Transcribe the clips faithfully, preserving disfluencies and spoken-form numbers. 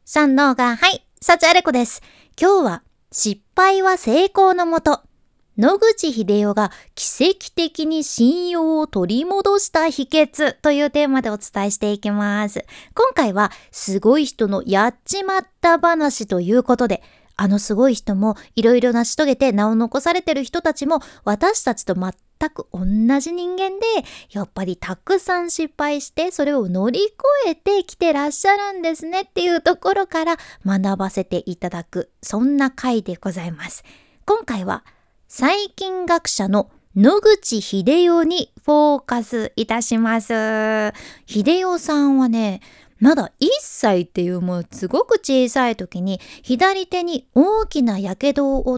さんのが、はい、幸あれ子です。今日は、失敗は成功のもと。野口英世が奇跡的に信用を取り戻した秘訣というテーマでお伝えしていきます。今回は、すごい人のやっちまった話ということで、あのすごい人もいろいろ成し遂げて名を残されてる人たちも私たちと全く同じ人間で、やっぱりたくさん失敗してそれを乗り越えてきてらっしゃるんですねっていうところから学ばせていただく、そんな回でございます。今回は細菌学者の野口英世にフォーカスいたします。英世さんはね、まだいっさいっていうもうすごく小さい時に左手に大きなやけどを負って、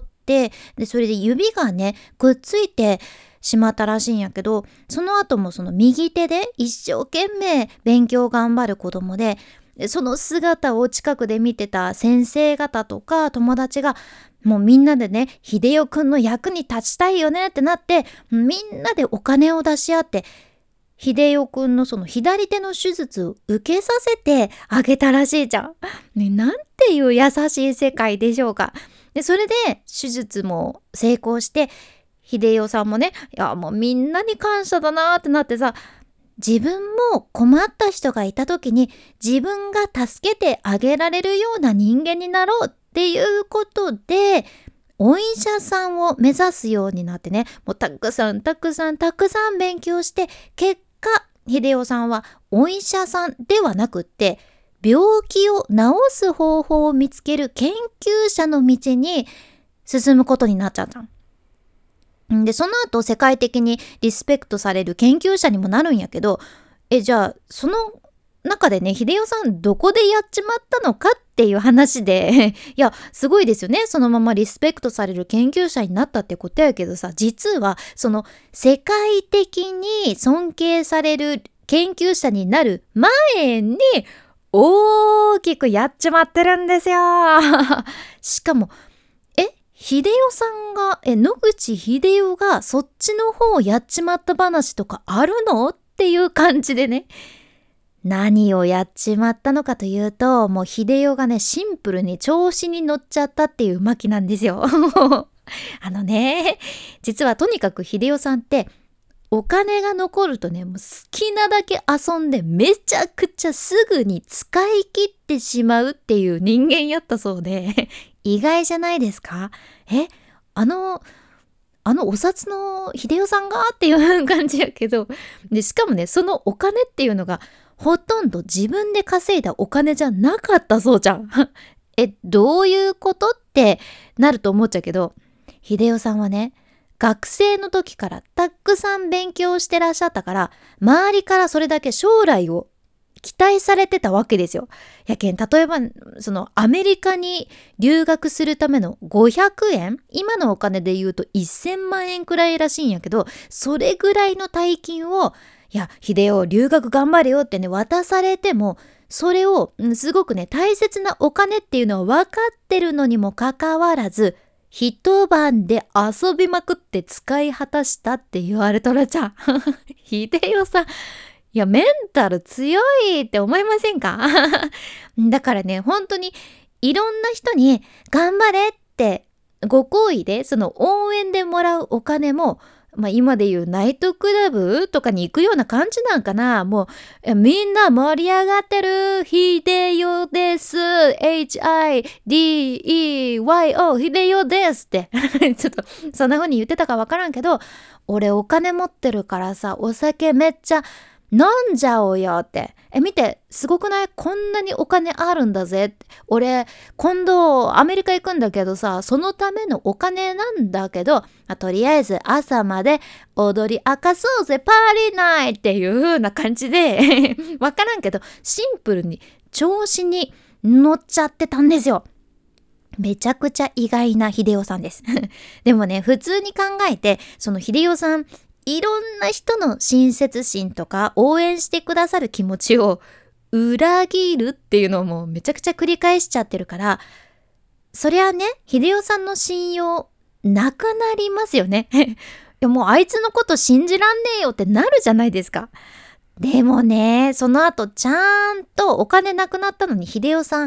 でそれで指がねくっついてしまったらしいんやけど、その後もその右手で一生懸命勉強頑張る子供で、その姿を近くで見てた先生方とか友達がもうみんなでね、英世くんの役に立ちたいよねってなって、みんなでお金を出し合って英世くんのその左手の手術を受けさせてあげたらしいじゃん。ね、なんていう優しい世界でしょうか。で、それで手術も成功して、英世さんもね、いやもうみんなに感謝だなってなってさ、自分も困った人がいた時に自分が助けてあげられるような人間になろうっていうことで、お医者さんを目指すようになってね、もうたくさんたくさんたくさん勉強して、結果英世さんはお医者さんではなくって病気を治す方法を見つける研究者の道に進むことになっちゃった。でその後世界的にリスペクトされる研究者にもなるんやけど、えじゃあその中でね、英世さんどこでやっちまったのかっていう話でいやすごいですよね。そのままリスペクトされる研究者になったってことやけどさ、実はその世界的に尊敬される研究者になる前に大きくやっちまってるんですよしかもえ英世さんがえ野口英世がそっちの方やっちまった話とかあるのっていう感じでね、何をやっちまったのかというと、もう英世がねシンプルに調子に乗っちゃったっていう巻なんですよあのね、実はとにかく英世さんってお金が残るとね、もう好きなだけ遊んでめちゃくちゃすぐに使い切ってしまうっていう人間やったそうで意外じゃないですか？えあのあのお札の英世さんがっていう感じやけど、でしかもねそのお金っていうのがほとんど自分で稼いだお金じゃなかったそうじゃんえどういうことってなると思っちゃうけど、英世さんはね学生の時からたくさん勉強してらっしゃったから、周りからそれだけ将来を期待されてたわけですよ。やけん例えばそのアメリカに留学するためのごひゃくえん、今のお金で言うとせんまんえんくらいらしいんやけど、それぐらいの大金を、いや英世留学頑張れよってね渡されても、それをすごくね大切なお金っていうのは分かってるのにもかかわらず、一晩で遊びまくって使い果たしたって言われとるじゃん秀世さん、いやメンタル強いって思いませんかだからね、本当にいろんな人に頑張れってご好意でその応援でもらうお金も、まあ、今でいうナイトクラブとかに行くような感じなんかな。もうみんな盛り上がってる秀世です エイチアイディーイーワイオー 秀世ですってちょっとそんな風に言ってたかわからんけど、俺お金持ってるからさお酒めっちゃ飲んじゃおうよって。え見てすごくない？こんなにお金あるんだぜって。俺今度アメリカ行くんだけどさ、そのためのお金なんだけど、まあ、とりあえず朝まで踊り明かそうぜパーリーナイっていう風な感じでわからんけどシンプルに調子に乗っちゃってたんですよ。めちゃくちゃ意外な秀世さんですでもね普通に考えて、その秀世さんいろんな人の親切心とか応援してくださる気持ちを裏切るっていうのをもうめちゃくちゃ繰り返しちゃってるから、そりゃね秀世さんの信用なくなりますよねいやもうあいつのこと信じらんねえよってなるじゃないですか。でもねその後ちゃんとお金なくなったのに秀世さん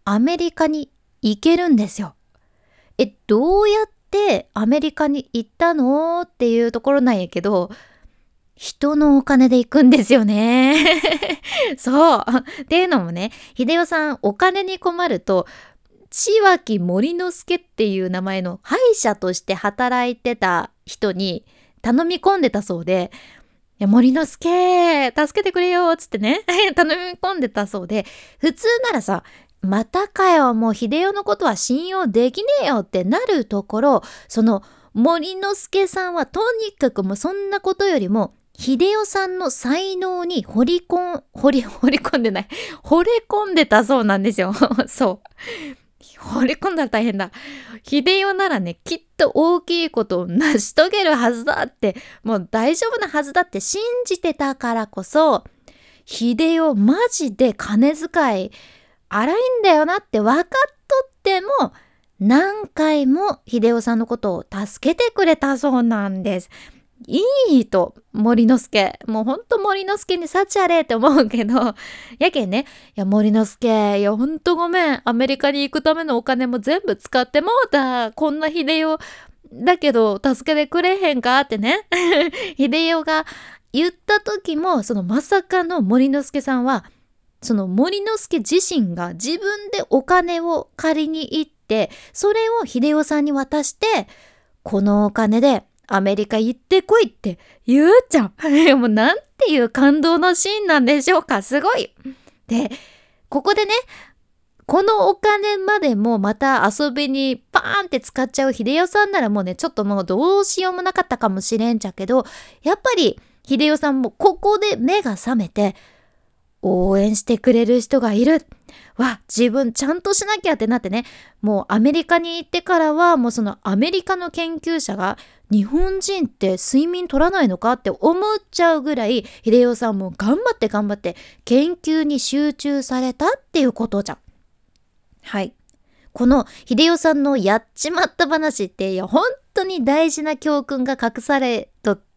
アメリカに行けるんですよ。え、どうやってアメリカに行ったのっていうところなんやけど、人のお金で行くんですよね。そう。っていうのもね、秀夫さんお金に困ると、千脇森之助っていう名前の歯医者として働いてた人に頼み込んでたそうで、いや森之助助けてくれよっつってね頼み込んでたそうで、普通ならさ、またかよ、もう秀夫のことは信用できねえよってなるところ、その森之助さんはとにかくもうそんなことよりも秀夫さんの才能に掘り込ん掘り掘り込んでない惚れ込んでたそうなんですよそう掘り込んだら大変だ。秀夫ならね、きっと大きいことを成し遂げるはずだって、もう大丈夫なはずだって信じてたからこそ、秀夫マジで金遣い荒いんだよなって分かっとっても、何回も秀夫さんのことを助けてくれたそうなんです。いい人、森之助。もうほんと森之助に幸あれって思うけど、やけんね、いや森之助、いやほんとごめん。アメリカに行くためのお金も全部使ってもうた。こんな秀夫だけど助けてくれへんかってね。秀夫が言った時も、そのまさかの森之助さんは、その森之助自身が自分でお金を借りに行って、それを秀夫さんに渡して、このお金でアメリカ行ってこいって言うじゃん。もうなんていう感動のシーンなんでしょうか。すごい。で、ここでね、このお金までもまた遊びにパーンって使っちゃう秀夫さんならもうね、ちょっともうどうしようもなかったかもしれんじゃけど、やっぱり秀夫さんもここで目が覚めて、応援してくれる人がいる。わ、自分ちゃんとしなきゃってなってね、もうアメリカに行ってからはもうそのアメリカの研究者が日本人って睡眠取らないのかって思っちゃうぐらい、秀夫さんも頑張って頑張って研究に集中されたっていうことじゃん。はい。この秀夫さんのやっちまった話って、いや本当に大事な教訓が隠されとって、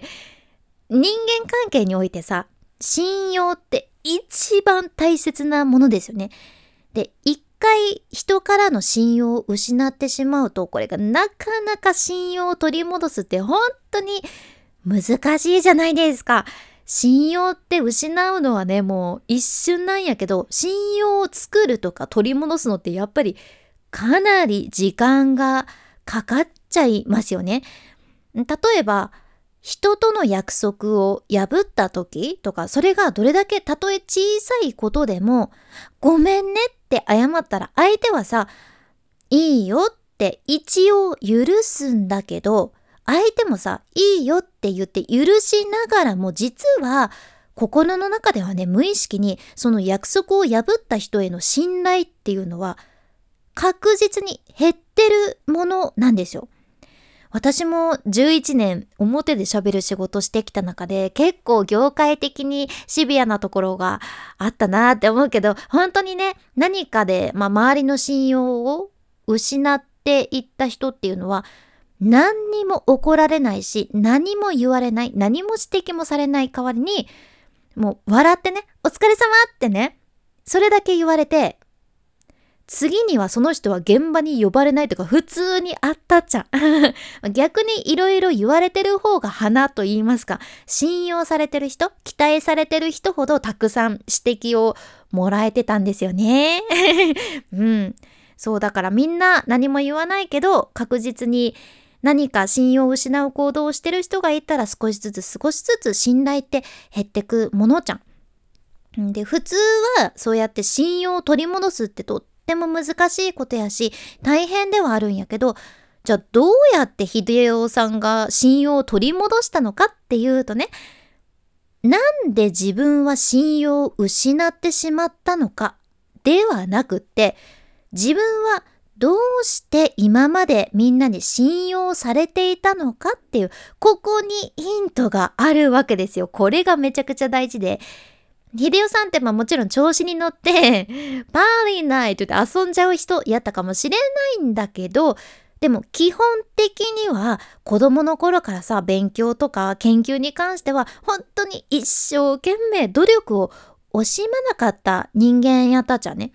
人間関係においてさ、信用って一番大切なものですよね。で、一回人からの信用を失ってしまうと、これがなかなか信用を取り戻すって本当に難しいじゃないですか。信用って失うのはね、もう一瞬なんやけど、信用を作るとか取り戻すのってやっぱりかなり時間がかかっちゃいますよね。例えば、人との約束を破った時とか、それがどれだけたとえ小さいことでも、ごめんねって謝ったら相手はさ、いいよって一応許すんだけど、相手もさ、いいよって言って許しながらも、実は心の中ではね、無意識にその約束を破った人への信頼っていうのは確実に減ってるものなんですよ。私もじゅういちねん表で喋る仕事してきた中で、結構業界的にシビアなところがあったなって思うけど、本当にね、何かで、まあ、周りの信用を失っていった人っていうのは、何にも怒られないし、何も言われない、何も指摘もされない代わりに、もう笑ってね、お疲れ様ってね、それだけ言われて、次にはその人は現場に呼ばれないとか普通にあったっちゃ逆にいろいろ言われてる方が花と言いますか、信用されてる人、期待されてる人ほどたくさん指摘をもらえてたんですよねうん、そうだからみんな何も言わないけど、確実に何か信用を失う行動をしてる人がいたら、少しずつ少しずつ信頼って減ってくものじゃん。で、普通はそうやって信用を取り戻すってとってとても難しいことやし、大変ではあるんやけど、じゃあどうやって秀夫さんが信用を取り戻したのかっていうとね、なんで自分は信用を失ってしまったのかではなくって、自分はどうして今までみんなに信用されていたのかっていう、ここにヒントがあるわけですよ。これがめちゃくちゃ大事で、秀夫さんってまあもちろん調子に乗ってパーリーナイトって遊んじゃう人やったかもしれないんだけど、でも基本的には子供の頃からさ、勉強とか研究に関しては本当に一生懸命努力を惜しまなかった人間やったじゃんね。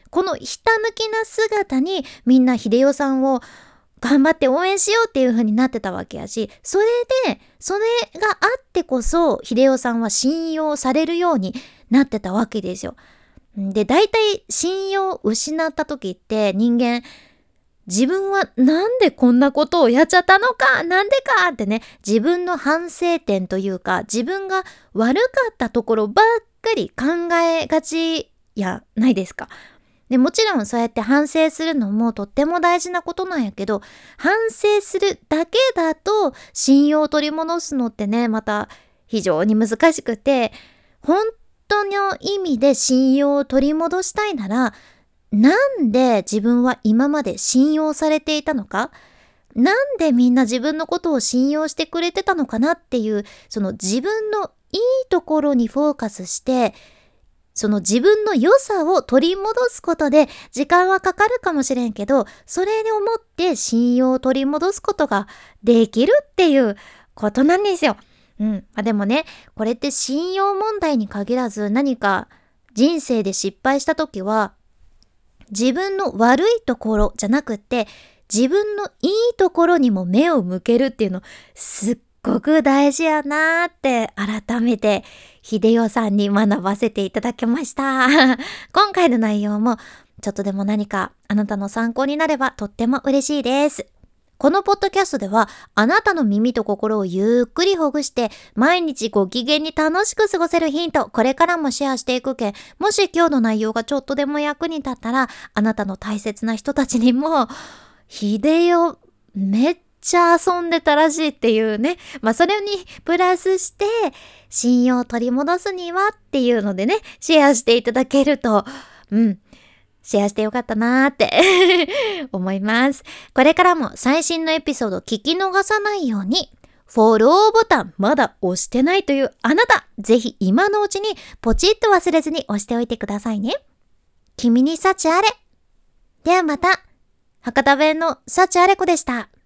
このひたむきな姿にみんな秀夫さんを頑張って応援しようっていう風になってたわけやし、それでそれがあってこそ秀夫さんは信用されるようになってたわけですよ。で、大体信用を失った時って人間、自分はなんでこんなことをやっちゃったのか、なんでかってね、自分の反省点というか自分が悪かったところばっかり考えがちやないですか。でもちろんそうやって反省するのもとっても大事なことなんやけど、反省するだけだと信用を取り戻すのってね、また非常に難しくて、本当の意味で信用を取り戻したいなら、なんで自分は今まで信用されていたのか、なんでみんな自分のことを信用してくれてたのかなっていう、その自分のいいところにフォーカスして、その自分の良さを取り戻すことで時間はかかるかもしれんけど、それに思って信用を取り戻すことができるっていうことなんですよ。うん。まあ、でもね、これって信用問題に限らず、何か人生で失敗した時は自分の悪いところじゃなくって自分のいいところにも目を向けるっていうのすっすごく大事やなーって改めて秀夫さんに学ばせていただきました。今回の内容もちょっとでも何かあなたの参考になればとっても嬉しいです。このポッドキャストではあなたの耳と心をゆっくりほぐして毎日ご機嫌に楽しく過ごせるヒント、これからもシェアしていくけん、もし今日の内容がちょっとでも役に立ったらあなたの大切な人たちにも秀夫めっちゃ遊んでたらしいっていうね、まあそれにプラスして信用を取り戻すにはっていうのでね、シェアしていただけると、うんシェアしてよかったなーって思います。これからも最新のエピソードを聞き逃さないように、フォローボタンまだ押してないというあなた、ぜひ今のうちにポチッと忘れずに押しておいてくださいね。君に幸あれ。ではまた。博多弁の幸あれ子でした。